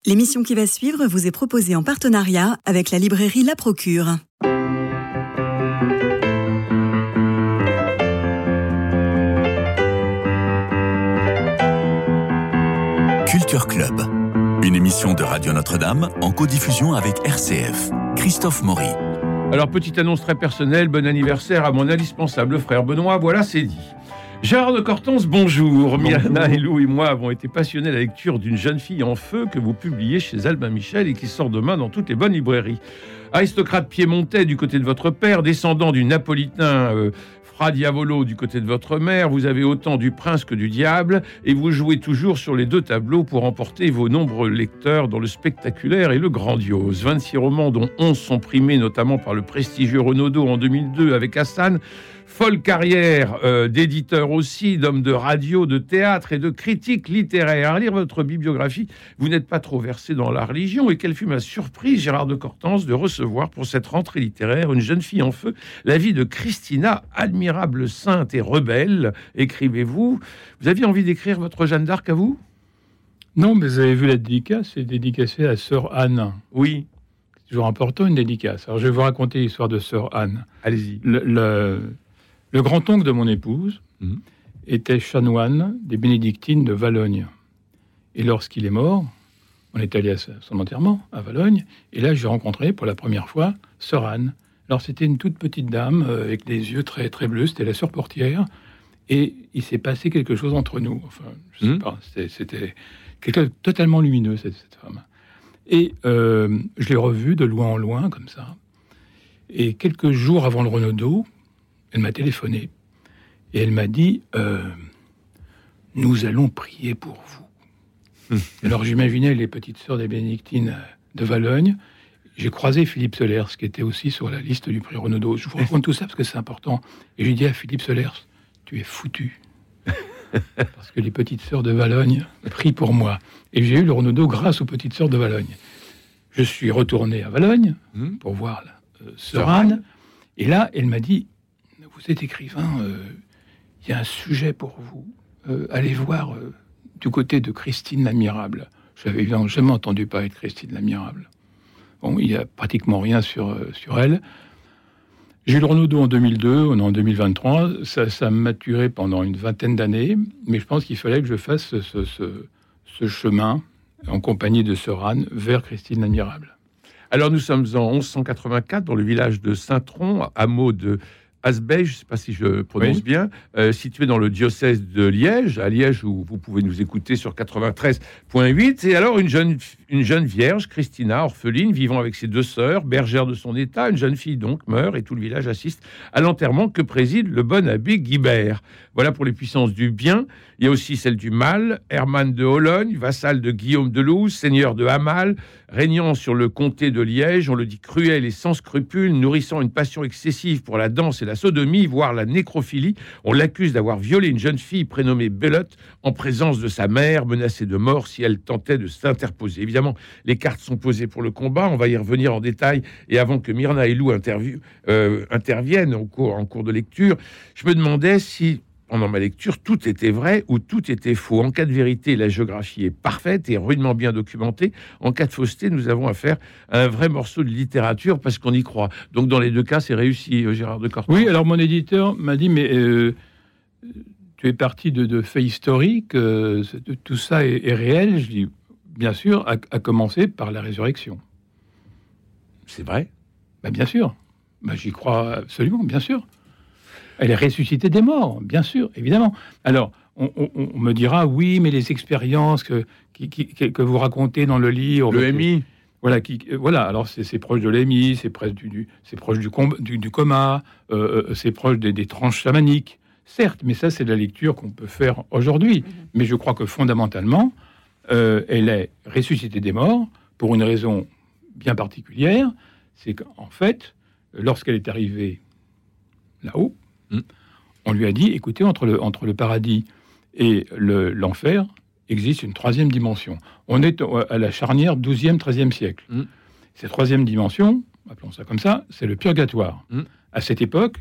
L'émission qui va suivre vous est proposée en partenariat avec la librairie La Procure. Culture Club, une émission de Radio Notre-Dame en codiffusion avec RCF. Christophe Maury. Alors, petite annonce très personnelle, bon anniversaire à mon indispensable frère Benoît, voilà, c'est dit. Gérard de Cortance, bonjour. Myriana et Lou et moi avons été passionnés de la lecture d'une jeune fille en feu que vous publiez chez Albin Michel et qui sort demain dans toutes les bonnes librairies. Aristocrate piémontais du côté de votre père, descendant du napolitain Fra Diavolo du côté de votre mère, vous avez autant du prince que du diable et vous jouez toujours sur les deux tableaux pour emporter vos nombreux lecteurs dans le spectaculaire et le grandiose. 26 romans dont 11 sont primés notamment par le prestigieux Renaudot en 2002 avec Hassan. Folle carrière d'éditeur aussi, d'homme de radio, de théâtre et de critique littéraire. À lire votre bibliographie, vous n'êtes pas trop versé dans la religion. Et quelle fut ma surprise, Gérard de Cortance, de recevoir pour cette rentrée littéraire une jeune fille en feu, la vie de Christina, admirable sainte et rebelle. Écrivez-vous. Vous aviez envie d'écrire votre Jeanne d'Arc à vous ? Non, mais vous avez vu la dédicace, c'est dédicacé à Sœur Anne. Oui. C'est toujours important, une dédicace. Alors, je vais vous raconter l'histoire de Sœur Anne. Allez-y. Le grand-oncle de mon épouse était chanoine des bénédictines de Valogne. Et lorsqu'il est mort, on est allé à son enterrement à Valogne, et là, j'ai rencontré pour la première fois Sœur Anne. Alors, c'était une toute petite dame avec des yeux très, très bleus, c'était la sœur portière, et il s'est passé quelque chose entre nous. Enfin, je sais pas, c'était quelqu'un de totalement lumineux, cette femme. Et je l'ai revue de loin en loin, comme ça. Et quelques jours avant le Renaudot, elle m'a téléphoné et elle m'a dit nous allons prier pour vous. Alors j'imaginais les petites sœurs des bénédictines de Valogne. J'ai croisé Philippe Solers qui était aussi sur la liste du prix Renaudot. Je vous raconte tout ça parce que c'est important. Et j'ai dit à Philippe Solers, tu es foutu parce que les petites sœurs de Valogne prient pour moi. Et j'ai eu le Renaudot grâce aux petites sœurs de Valogne. Je suis retourné à Valogne pour voir Sœur Anne. Et là, elle m'a dit vous êtes écrivain, il y a un sujet pour vous. Allez voir du côté de Christine l'Admirable. Je n'avais évidemment jamais entendu parler de Christine l'Admirable. Bon, il n'y a pratiquement rien sur elle. J'ai eu le Renaudot en 2002, on est en 2023. Ça m'a maturé pendant une vingtaine d'années, mais je pense qu'il fallait que je fasse ce chemin en compagnie de Sœur Anne vers Christine l'Admirable. Alors nous sommes en 1184 dans le village de Saint-Tron, hameau de Asbeil, je ne sais pas si je prononce bien, situé dans le diocèse de Liège, à Liège où vous pouvez nous écouter sur 93.8. Et alors une jeune vierge, Christina, orpheline, vivant avec ses deux sœurs, bergère de son état, une jeune fille donc meurt et tout le village assiste à l'enterrement que préside le bon abbé Guibert. Voilà pour les puissances du bien. Il y a aussi celle du mal, Hermann de Hologne, vassal de Guillaume de Loos, seigneur de Hamal, régnant sur le comté de Liège, on le dit cruel et sans scrupules, nourrissant une passion excessive pour la danse et la sodomie, voire la nécrophilie. On l'accuse d'avoir violé une jeune fille prénommée Belote en présence de sa mère, menacée de mort si elle tentait de s'interposer. Évidemment, les cartes sont posées pour le combat, on va y revenir en détail, et avant que Myrna et Lou interviennent en cours de lecture, je me demandais si pendant ma lecture, tout était vrai ou tout était faux. En cas de vérité, la géographie est parfaite et rudement bien documentée. En cas de fausseté, nous avons affaire à un vrai morceau de littérature parce qu'on y croit. Donc, dans les deux cas, c'est réussi, Gérard de Cortance. Oui, alors mon éditeur m'a dit, mais tu es parti de faits historiques, tout ça est réel. Je dis, bien sûr, à commencer par la résurrection. C'est vrai ? Bien sûr. J'y crois absolument, bien sûr. Elle est ressuscitée des morts, bien sûr, évidemment. Alors, on me dira, oui, mais les expériences que vous racontez dans le livre... Le MI. Voilà, alors c'est proche de l'EMI, c'est proche du coma, c'est proche des tranches chamaniques. Certes, mais ça, c'est de la lecture qu'on peut faire aujourd'hui. Mais je crois que fondamentalement, elle est ressuscitée des morts pour une raison bien particulière. C'est qu'en fait, lorsqu'elle est arrivée là-haut, on lui a dit, écoutez, entre le paradis et l'enfer, existe une troisième dimension. On est à la charnière 12e, 13e siècle. Cette troisième dimension, appelons ça comme ça, c'est le purgatoire. À cette époque...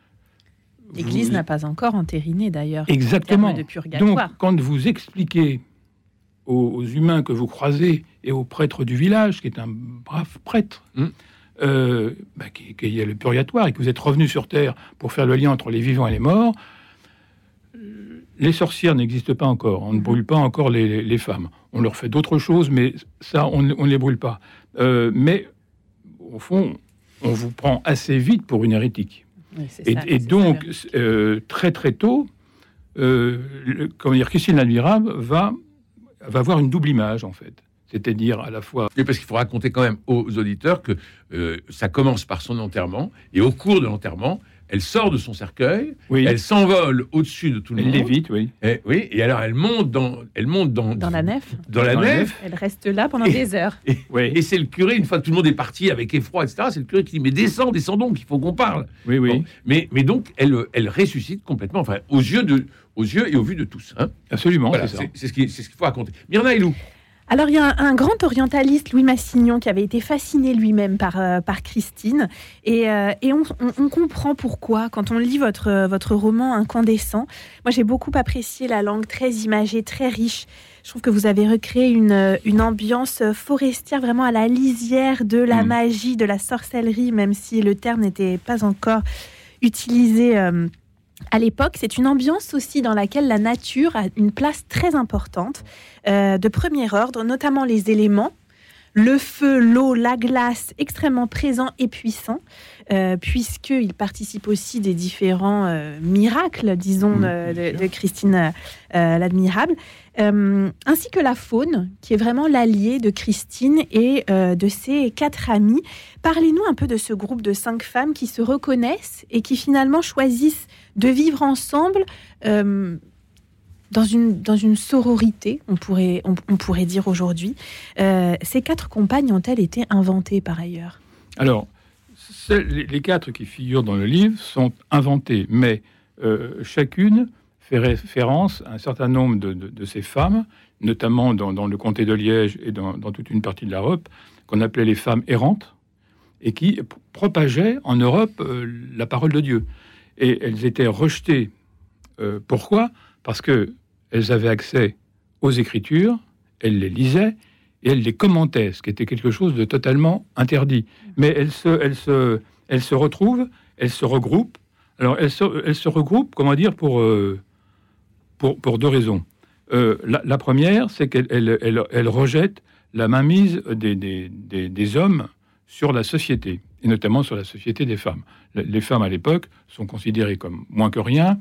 L'Église n'a pas encore entériné, d'ailleurs, exactement. le terme de purgatoire. Donc, quand vous expliquez aux humains que vous croisez et au prêtre du village, qui est un brave prêtre, qu'il y a le purgatoire et que vous êtes revenu sur Terre pour faire le lien entre les vivants et les morts. Les sorcières n'existent pas encore. On ne brûle pas encore les femmes. On leur fait d'autres choses, mais ça, on ne les brûle pas. Mais, au fond, on vous prend assez vite pour une hérétique. Oui, donc, très très tôt, Christine l'Admirable va avoir une double image, en fait. C'est-à-dire à la fois... Oui, parce qu'il faut raconter quand même aux auditeurs que ça commence par son enterrement, et au cours de l'enterrement, elle sort de son cercueil, elle s'envole au-dessus de tout le monde. Elle lévite, oui. Et alors elle monte dans la nef. Dans la nef. Elle reste là pendant des heures. Et c'est le curé, une fois que tout le monde est parti avec effroi, etc., c'est le curé qui dit « Mais descends donc, il faut qu'on parle. » Oui. Bon, mais donc, elle ressuscite complètement, enfin, aux yeux et au vu de tous. Hein. Absolument, voilà, c'est ça. C'est ce qu'il faut raconter. Myrna Helou. Alors, il y a un grand orientaliste, Louis Massignon, qui avait été fasciné lui-même par Christine. Et on comprend pourquoi, quand on lit votre roman Incandescent. Moi, j'ai beaucoup apprécié la langue très imagée, très riche. Je trouve que vous avez recréé une ambiance forestière, vraiment à la lisière de la magie, de la sorcellerie, même si le terme n'était pas encore utilisé à l'époque. C'est une ambiance aussi dans laquelle la nature a une place très importante, de premier ordre, notamment les éléments, le feu, l'eau, la glace, extrêmement présents et puissants, puisqu'ils participent aussi des différents miracles, disons, de Christine l'Admirable, ainsi que la faune, qui est vraiment l'allié de Christine et de ses 4 amies. Parlez-nous un peu de ce groupe de 5 femmes qui se reconnaissent et qui finalement choisissent de vivre ensemble dans une sororité, on pourrait dire aujourd'hui. Ces 4 compagnes ont-elles été inventées par ailleurs ? Alors, les 4 qui figurent dans le livre sont inventées, mais chacune fait référence à un certain nombre de ces femmes, notamment dans le comté de Liège et dans toute une partie de l'Europe, qu'on appelait les femmes errantes, et qui propageaient en Europe la parole de Dieu. Et elles étaient rejetées. Pourquoi ? Parce qu'elles avaient accès aux Écritures, elles les lisaient, et elles les commentaient, ce qui était quelque chose de totalement interdit. Mais elles se retrouvent, elles se regroupent. Alors, elles se regroupent, comment dire, pour 2 raisons. La première, c'est qu'elles rejettent la mainmise des hommes sur la société, et notamment sur la société des femmes. Les femmes, à l'époque, sont considérées comme moins que rien.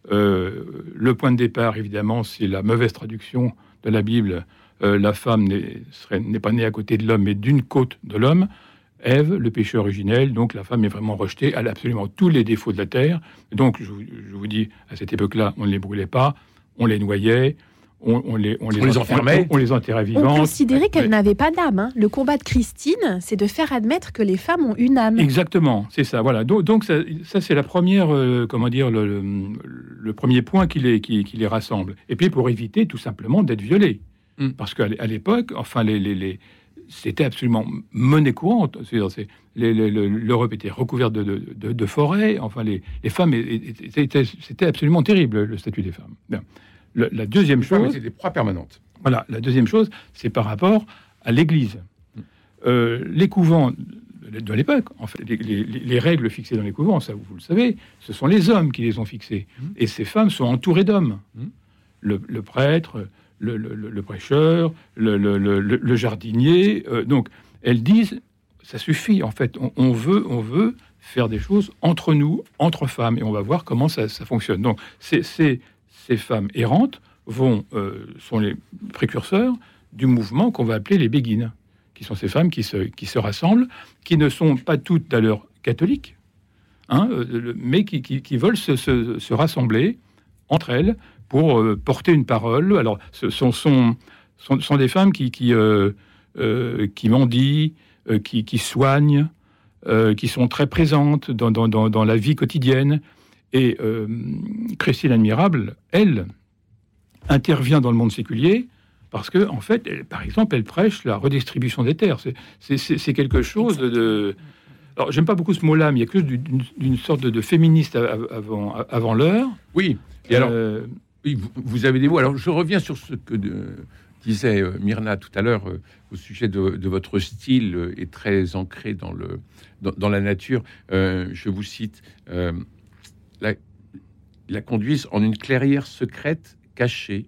Le point de départ, évidemment, c'est la mauvaise traduction de la Bible. La femme n'est pas née à côté de l'homme, mais d'une côte de l'homme. Ève, le péché originel, donc la femme est vraiment rejetée. Elle a absolument tous les défauts de la terre. Donc, je vous dis, à cette époque-là, on ne les brûlait pas, on les noyait, on les enfermait, on les enterrait vivantes. On considérait qu'elles n'avaient pas d'âme. Hein. Le combat de Christine, c'est de faire admettre que les femmes ont une âme. Exactement, c'est ça. Voilà. Donc ça c'est la première, le premier point qui les rassemble. Et puis pour éviter tout simplement d'être violées, parce qu'à l'époque, enfin c'était absolument monnaie courante. L'Europe était recouverte de forêts. Enfin, les femmes, c'était absolument terrible, le statut des femmes. Bien. La deuxième chose... C'est des proies permanentes. Voilà, la deuxième chose, c'est par rapport à l'Église. Les couvents de l'époque, en fait, les règles fixées dans les couvents, ça vous le savez, ce sont les hommes qui les ont fixées. Et ces femmes sont entourées d'hommes. Le prêtre... Le prêcheur, le jardinier. Donc, elles disent, ça suffit, en fait. On veut faire des choses entre nous, entre femmes, et on va voir comment ça fonctionne. Donc, ces femmes errantes sont les précurseurs du mouvement qu'on va appeler les béguines, qui sont ces femmes qui se rassemblent, qui ne sont pas toutes d'ailleurs catholiques, mais qui veulent se rassembler entre elles pour porter une parole. Alors, ce sont des femmes qui mendient, qui soignent, qui sont très présentes dans la vie quotidienne. Et Christine l'Admirable, elle, intervient dans le monde séculier parce que, en fait, par exemple, elle prêche la redistribution des terres. C'est quelque chose de... Alors, j'aime pas beaucoup ce mot-là, mais il y a quelque chose d'une sorte de féministe avant l'heure. Oui. Et alors... Oui, vous avez des mots. Alors, je reviens sur ce que Disait Myrna tout à l'heure au sujet de votre style est très ancré dans la nature. Je vous cite, la conduisent en une clairière secrète cachée,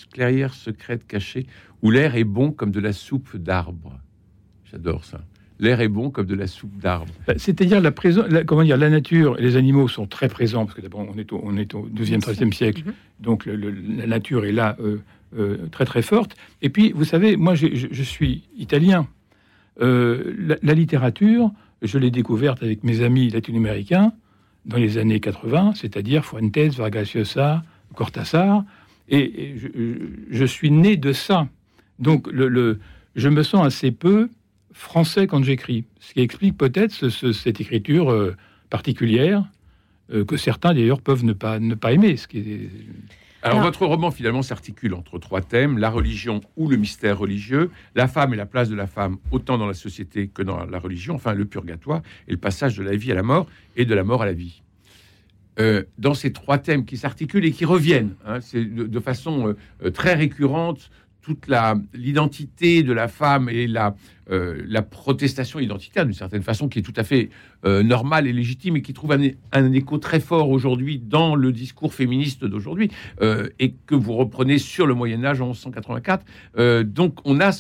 où l'air est bon comme de la soupe d'arbre. J'adore ça. L'air est bon comme de la soupe d'arbre. C'est-à-dire la nature et les animaux sont très présents, parce que d'abord on est au 12e, 13e siècle, donc la nature est là très très forte. Et puis, vous savez, moi je suis italien. La littérature, je l'ai découverte avec mes amis latino-américains dans les années 80, c'est-à-dire Fuentes, Vargas Llosa, Cortázar, et je suis né de ça. Donc je me sens assez peu français quand j'écris, ce qui explique peut-être cette écriture particulière que certains d'ailleurs peuvent ne pas aimer. Alors votre roman finalement s'articule entre 3 thèmes: la religion ou le mystère religieux, la femme et la place de la femme autant dans la société que dans la religion, enfin le purgatoire et le passage de la vie à la mort et de la mort à la vie. Dans ces 3 thèmes qui s'articulent et qui reviennent, c'est de façon très récurrente, toute l'identité de la femme et la protestation identitaire d'une certaine façon qui est tout à fait normale et légitime et qui trouve un écho très fort aujourd'hui dans le discours féministe d'aujourd'hui et que vous reprenez sur le Moyen-Âge en 1184. Donc on a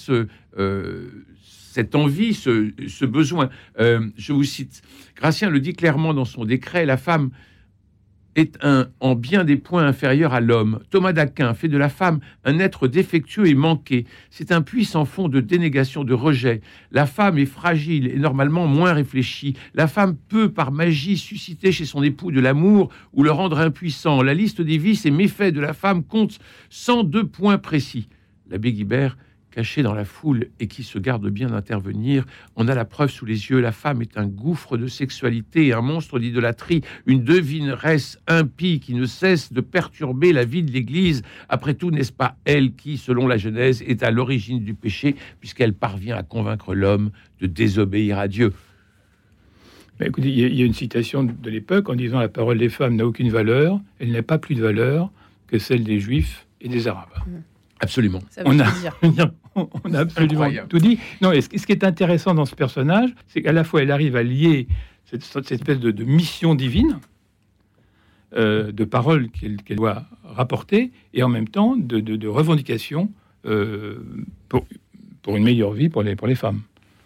cette envie, ce besoin. Je vous cite, Gratien le dit clairement dans son décret, la femme est en bien des points inférieur à l'homme. Thomas d'Aquin fait de la femme un être défectueux et manqué. C'est un puissant fond de dénégation, de rejet. La femme est fragile et normalement moins réfléchie. La femme peut, par magie, susciter chez son époux de l'amour ou le rendre impuissant. La liste des vices et méfaits de la femme compte 102 points précis. L'abbé Guibert, caché dans la foule et qui se garde bien d'intervenir, on a la preuve sous les yeux. La femme est un gouffre de sexualité, un monstre d'idolâtrie, une devineresse impie qui ne cesse de perturber la vie de l'Église. Après tout, n'est-ce pas elle qui, selon la Genèse, est à l'origine du péché, puisqu'elle parvient à convaincre l'homme de désobéir à Dieu? Mais écoutez, il y a une citation de l'époque en disant: la parole des femmes n'a aucune valeur, elle n'a pas plus de valeur que celle des Juifs et des Arabes. Absolument. On a absolument tout dit. Non, et ce qui est intéressant dans ce personnage, c'est qu'à la fois elle arrive à lier cette espèce de mission divine, de parole qu'elle doit rapporter, et en même temps de revendication pour une meilleure vie pour les femmes.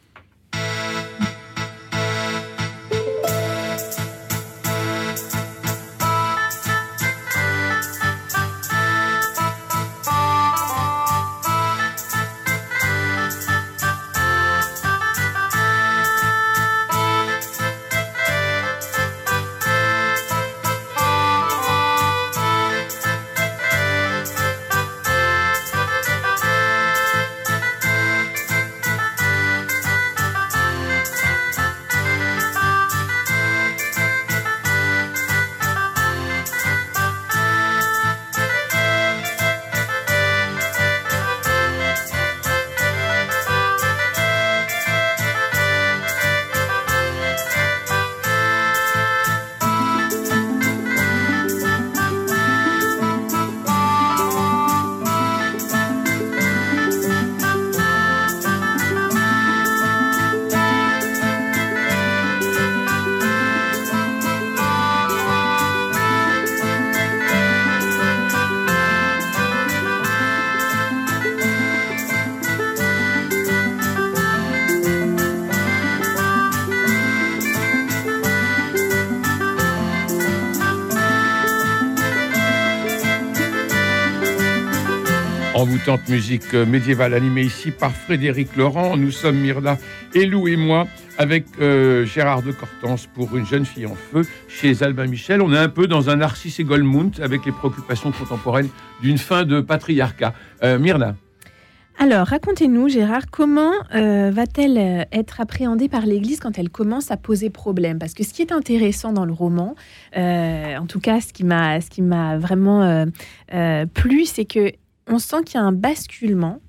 Envoûtante musique médiévale animée ici par Frédéric Laurent. Nous sommes Myrna et Lou et moi avec Gérard de Cortance pour Une jeune fille en feu chez Albin Michel. On est un peu dans un Narcisse et Goldmund avec les préoccupations contemporaines d'une fin de patriarcat. Myrna. Alors, racontez-nous, Gérard, comment va-t-elle être appréhendée par l'Église quand elle commence à poser problème? Parce que ce qui est intéressant dans le roman, en tout cas, ce qui m'a vraiment plu, c'est que on sent qu'il y a un basculement.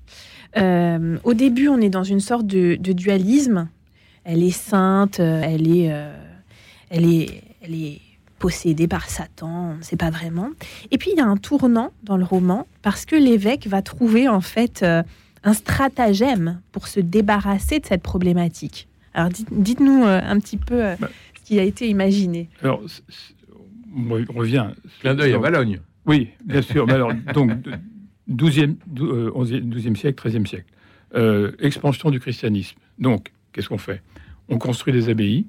Au début, on est dans une sorte de dualisme. Elle est sainte, elle est possédé par Satan, on ne sait pas vraiment. Et puis il y a un tournant dans le roman parce que l'évêque va trouver en fait un stratagème pour se débarrasser de cette problématique. Alors dites-nous un petit peu ce qui a été imaginé. Alors, on revient. Clin d'œil à Valogne. Oui, bien sûr. Mais alors, donc, 12e siècle, 13e siècle. Expansion du christianisme. Donc, qu'est-ce qu'on fait? On construit des abbayes.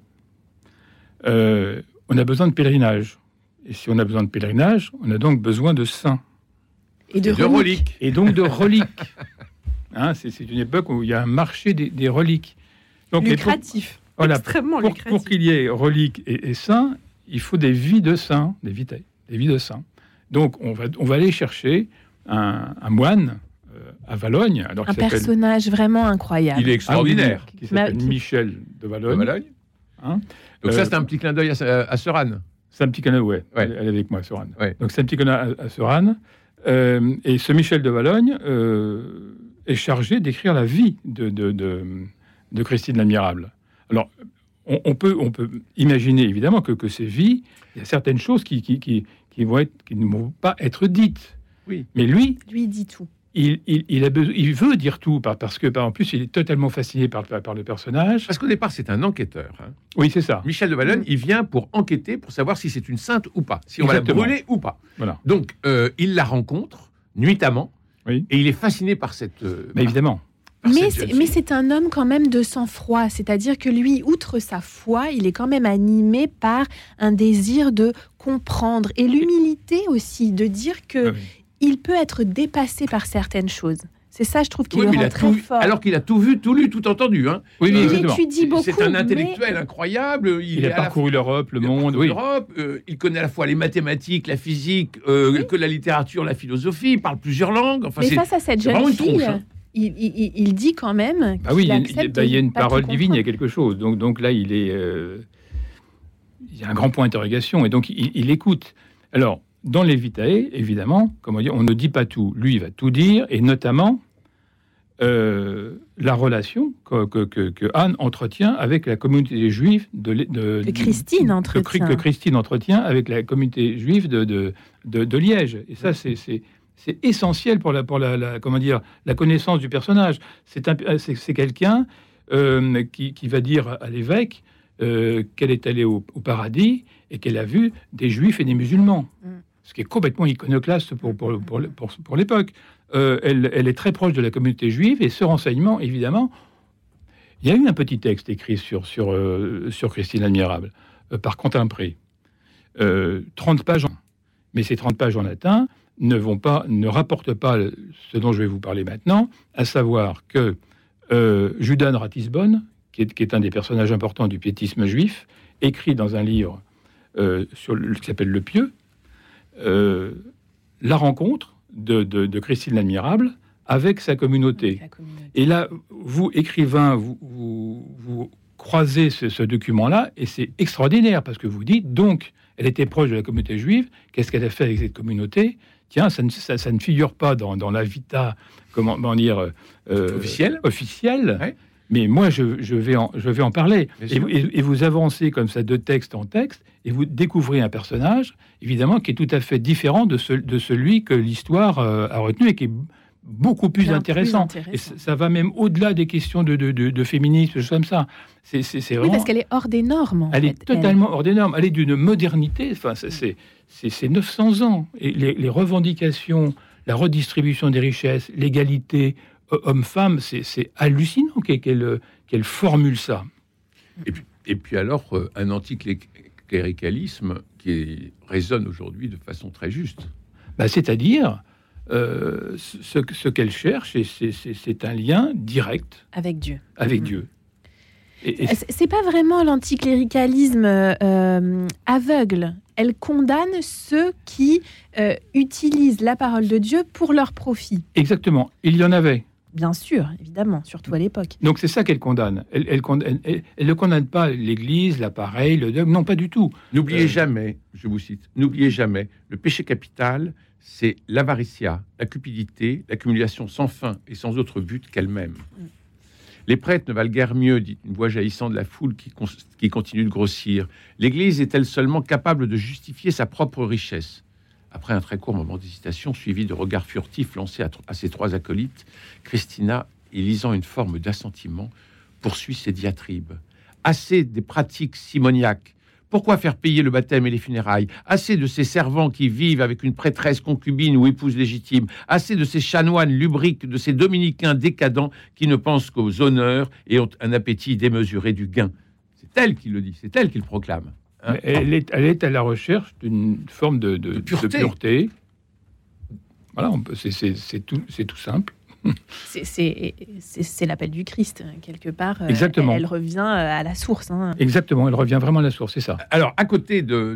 On a besoin de pèlerinage. Et si on a besoin de pèlerinage, on a donc besoin de saints. Et de reliques. Et donc de reliques. C'est une époque où il y a un marché des reliques. Donc, lucratif. Extrêmement lucratif. Pour qu'il y ait reliques et saints, il faut des vies de saints, des vies de saints. Donc, on va aller chercher un moine à Valogne. Alors un personnage vraiment incroyable. Il est extraordinaire. Qui s'appelle Michel de Valogne. Donc ça, c'est un petit clin d'œil à Seran. C'est un petit clin d'œil, ouais. Elle est avec moi, Seran. Ouais. Donc c'est un petit clin d'œil à Seran. Et ce Michel de Valogne est chargé d'écrire la vie de Christine l'Admirable. Alors, on peut imaginer évidemment que ces vies, il y a certaines choses qui ne vont pas être dites. Oui. Mais lui dit tout. Il veut dire tout parce que, en plus, il est totalement fasciné par le personnage. Parce qu'au départ, c'est un enquêteur. Oui, c'est ça. Michel de Valogne, il vient pour enquêter, pour savoir si c'est une sainte ou pas, si on va la brûler ou pas. Voilà. Donc, il la rencontre nuitamment, et il est fasciné par cette. Mais évidemment. Mais c'est un homme quand même de sang-froid, c'est-à-dire que lui, outre sa foi, il est quand même animé par un désir de comprendre et l'humilité aussi, de dire que il peut être dépassé par certaines choses. C'est ça, je trouve, qui le rend très fort. Alors qu'il a tout vu, tout lu, tout entendu. Il étudie beaucoup. C'est un intellectuel incroyable. Il a parcouru l'Europe, le monde. Il connaît à la fois les mathématiques, la physique, que la littérature, la philosophie. Il parle plusieurs langues. Enfin, mais face à cette jeune fille, il dit quand même qu'il accepte il y a une parole divine, il y a quelque chose. Donc là, il y a un grand point d'interrogation. Et donc, il écoute. Alors, dans les Vitae, évidemment, comme on dit, on ne dit pas tout. Lui, il va tout dire, et notamment la relation que Anne entretient avec la communauté juive que Christine entretient avec la communauté juive de Liège. Et ça, c'est essentiel pour la connaissance du personnage. C'est quelqu'un qui va dire à l'évêque qu'elle est allée au paradis et qu'elle a vu des juifs et des musulmans. Ce qui est complètement iconoclaste pour l'époque. Elle est très proche de la communauté juive, et ce renseignement, évidemment, il y a eu un petit texte écrit sur Christine l'Admirable par Quentin Pré, 30 pages, mais ces 30 pages en latin ne rapportent pas ce dont je vais vous parler maintenant, à savoir que Judan Ratisbonne, qui est un des personnages importants du piétisme juif, écrit dans un livre qui s'appelle Le Pieux, la rencontre de Christine l'Admirable avec sa communauté. Et là, vous, écrivain, vous croisez ce document-là, et c'est extraordinaire, parce que vous dites, donc, elle était proche de la communauté juive, qu'est-ce qu'elle a fait avec cette communauté? Tiens, ça ne figure pas dans la vita, officielle. Ouais. Mais moi, je vais en parler. Et vous avancez comme ça de texte en texte, et vous découvrez un personnage, évidemment, qui est tout à fait différent de celui que l'histoire a retenu, et qui est beaucoup plus intéressant. Et ça va même au-delà des questions de féminisme, choses comme ça. C'est vraiment... Oui, parce qu'elle est hors des normes. Elle est totalement hors des normes. Elle est d'une modernité. Enfin, c'est 900 ans. Et les revendications, la redistribution des richesses, l'égalité homme-femme, c'est hallucinant qu'elle formule ça. Et puis alors, un anticléricalisme qui résonne aujourd'hui de façon très juste. C'est-à-dire, ce qu'elle cherche, c'est un lien direct avec Dieu. Avec Dieu. C'est pas vraiment l'anticléricalisme aveugle. Elle condamne ceux qui utilisent la parole de Dieu pour leur profit. Exactement. Il y en avait. Bien sûr, évidemment, surtout à l'époque. Donc c'est ça qu'elle condamne. Elle ne condamne pas l'Église, l'appareil, le dogme, non, pas du tout. N'oubliez jamais, je vous cite, n'oubliez jamais, le péché capital, c'est l'avaritia, la cupidité, l'accumulation sans fin et sans autre but qu'elle-même. Les prêtres ne valent guère mieux, dit une voix jaillissant de la foule qui continue de grossir. L'Église est-elle seulement capable de justifier sa propre richesse? Après un très court moment d'hésitation, suivi de regards furtifs lancés à ses 3 acolytes, Christina, y lisant une forme d'assentiment, poursuit ses diatribes. Assez des pratiques simoniaques. Pourquoi faire payer le baptême et les funérailles? Assez de ces servants qui vivent avec une prêtresse concubine ou épouse légitime. Assez de ces chanoines lubriques, de ces dominicains décadents qui ne pensent qu'aux honneurs et ont un appétit démesuré du gain. C'est elle qui le dit, c'est elle qui le proclame. Hein? Elle est à la recherche d'une forme de pureté. Voilà, c'est tout simple. C'est l'appel du Christ, quelque part. Exactement. Elle revient à la source. Hein. Exactement, elle revient vraiment à la source, c'est ça. Alors, à côté de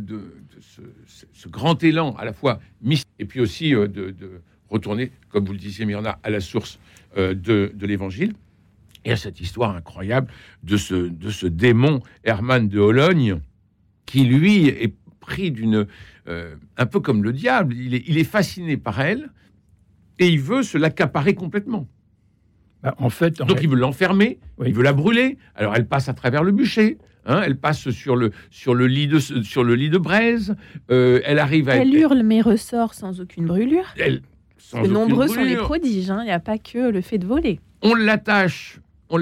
ce grand élan, à la fois mystique, et puis aussi de retourner, comme vous le disiez, Myrna, à la source de l'Évangile, il y a cette histoire incroyable de ce démon Hermann de Hologne, qui, lui, est pris d'une... un peu comme le diable, il est fasciné par elle, et il veut se l'accaparer complètement. En fait, il veut l'enfermer, il veut la brûler. Alors elle passe à travers le bûcher, elle passe sur le lit de braise. Elle arrive à... Elle hurle mais ressort sans aucune brûlure. Nombreux sont les prodiges. Il n'y a pas que le fait de voler. On l'attache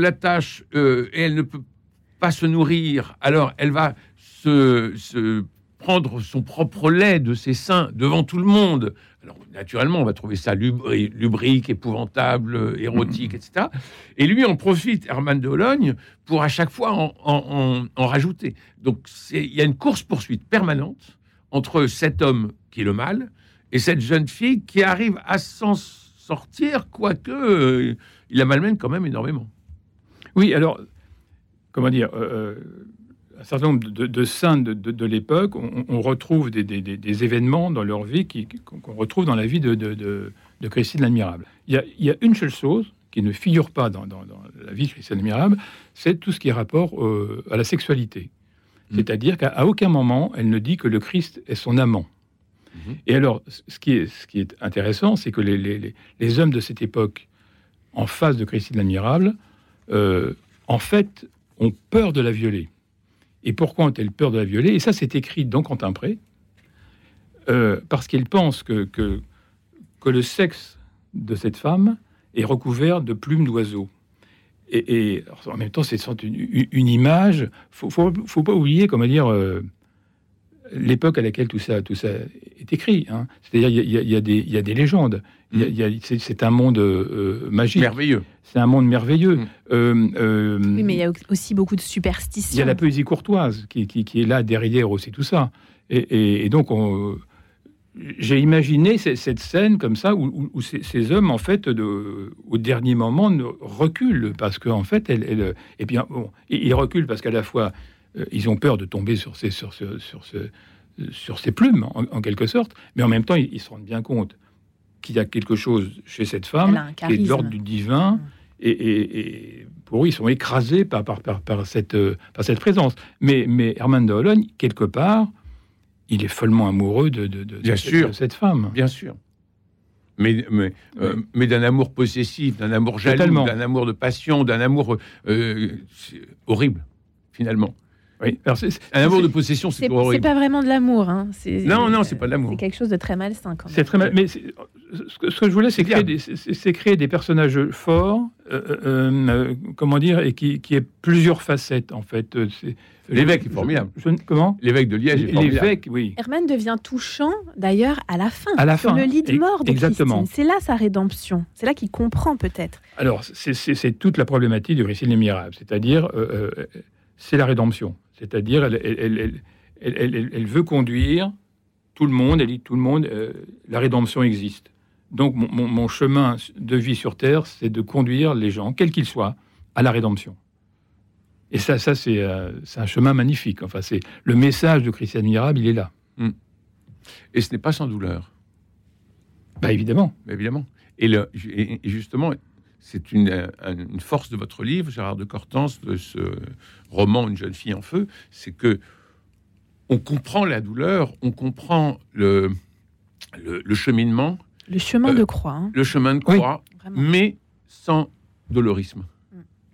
et elle ne peut pas se nourrir. Alors elle va se prendre son propre lait de ses seins devant tout le monde. Alors, naturellement, on va trouver ça lubrique, épouvantable, érotique, etc. Et lui en profite, Hermann de Hologne, pour à chaque fois en rajouter. Donc, il y a une course-poursuite permanente entre cet homme qui est le mal et cette jeune fille qui arrive à s'en sortir, quoique il la malmène quand même énormément. Oui, alors, comment dire... un certain nombre de saints de l'époque, on retrouve des événements dans leur vie qu'on retrouve dans la vie de Christine l'Admirable. Il y a une seule chose qui ne figure pas dans la vie de Christine l'Admirable, c'est tout ce qui est rapport à la sexualité. C'est-à-dire qu'à aucun moment, elle ne dit que le Christ est son amant. Et alors, ce qui est intéressant, c'est que les hommes de cette époque, en face de Christine l'Admirable, en fait, ont peur de la violer. Et pourquoi ont-elles peur de la violer? Et ça, c'est écrit dans Quentin Pré, parce qu'ils pensent que le sexe de cette femme est recouvert de plumes d'oiseaux. Et en même temps, c'est une image. Faut pas oublier, comment dire, l'époque à laquelle tout ça est écrit. Hein. C'est-à-dire, il y a des légendes. C'est un monde magique. Merveilleux. C'est un monde merveilleux. Oui, mais il y a aussi beaucoup de superstitions. Il y a la poésie courtoise qui est là derrière aussi tout ça. Et donc, j'ai imaginé cette scène comme ça où ces hommes, en fait, au dernier moment, reculent parce qu'en fait, et bien, bon, ils reculent parce qu'à la fois, ils ont peur de tomber sur ces plumes, en quelque sorte, mais en même temps, ils se rendent bien compte qu'il y a quelque chose chez cette femme qui est de l'ordre du divin, et pour eux, ils sont écrasés par cette présence. Mais Hermann de Hologne, quelque part, il est follement amoureux de cette femme. Bien sûr. Mais d'un amour possessif, d'un amour jaloux, totalement. D'un amour de passion, d'un amour horrible, finalement. Oui. Alors un amour de possession, c'est horrible. C'est pas vraiment de l'amour. Hein. Non, c'est pas de l'amour. C'est quelque chose de très malsain, quand même. C'est très mal. Mais ce que je voulais, c'est créer des personnages forts, comment dire, et qui aient plusieurs facettes, en fait. L'évêque est formidable. Comment? L'évêque de Liège est formidable. L'évêque, oui. Hermann devient touchant, d'ailleurs, à la fin. Sur le lit de mort de Exactement. Christine. C'est là sa rédemption. C'est là qu'il comprend, peut-être. Alors, c'est toute la problématique de Christine l'Admirable. C'est-à-dire, c'est la rédemption. C'est-à-dire, elle veut conduire tout le monde. Elle dit tout le monde, la rédemption existe. Donc, mon chemin de vie sur Terre, c'est de conduire les gens, quels qu'ils soient, à la rédemption. Et ça c'est un chemin magnifique. Enfin, c'est le message de Christine l'Admirable, il est là. Et ce n'est pas sans douleur. Évidemment. Évidemment. Et justement, c'est une force de votre livre, Gérard de Cortance, de ce roman Une jeune fille en feu, c'est que on comprend la douleur, on comprend le cheminement. Le chemin de croix. Hein. Le chemin de croix, oui, mais sans dolorisme.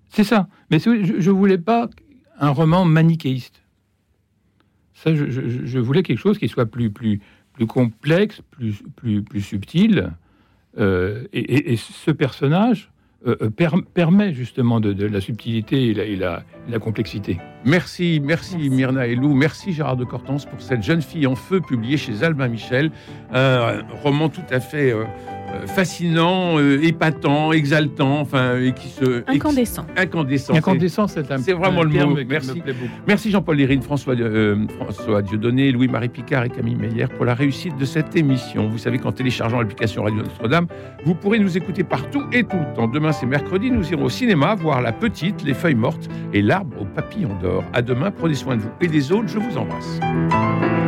C'est ça. Mais je voulais pas un roman manichéiste. Ça, je voulais quelque chose qui soit plus complexe, plus subtil. Et ce personnage permet justement de la subtilité et la complexité. Merci Myrna Helou, merci Gérard de Cortance pour cette jeune fille en feu publiée chez Albin Michel, un roman tout à fait fascinant, épatant, exaltant, et qui se incandescent. C'est vraiment le mot. Merci. Merci Jean-Paul Lérine, François Dieudonné, Louis-Marie Picard et Camille Meyer pour la réussite de cette émission. Vous savez qu'en téléchargeant l'application Radio Notre-Dame, vous pourrez nous écouter partout et tout le temps. Demain c'est mercredi, nous irons au cinéma voir La Petite, Les Feuilles Mortes et L'Arbre aux Papillons d'Or. À demain, prenez soin de vous et des autres, je vous embrasse.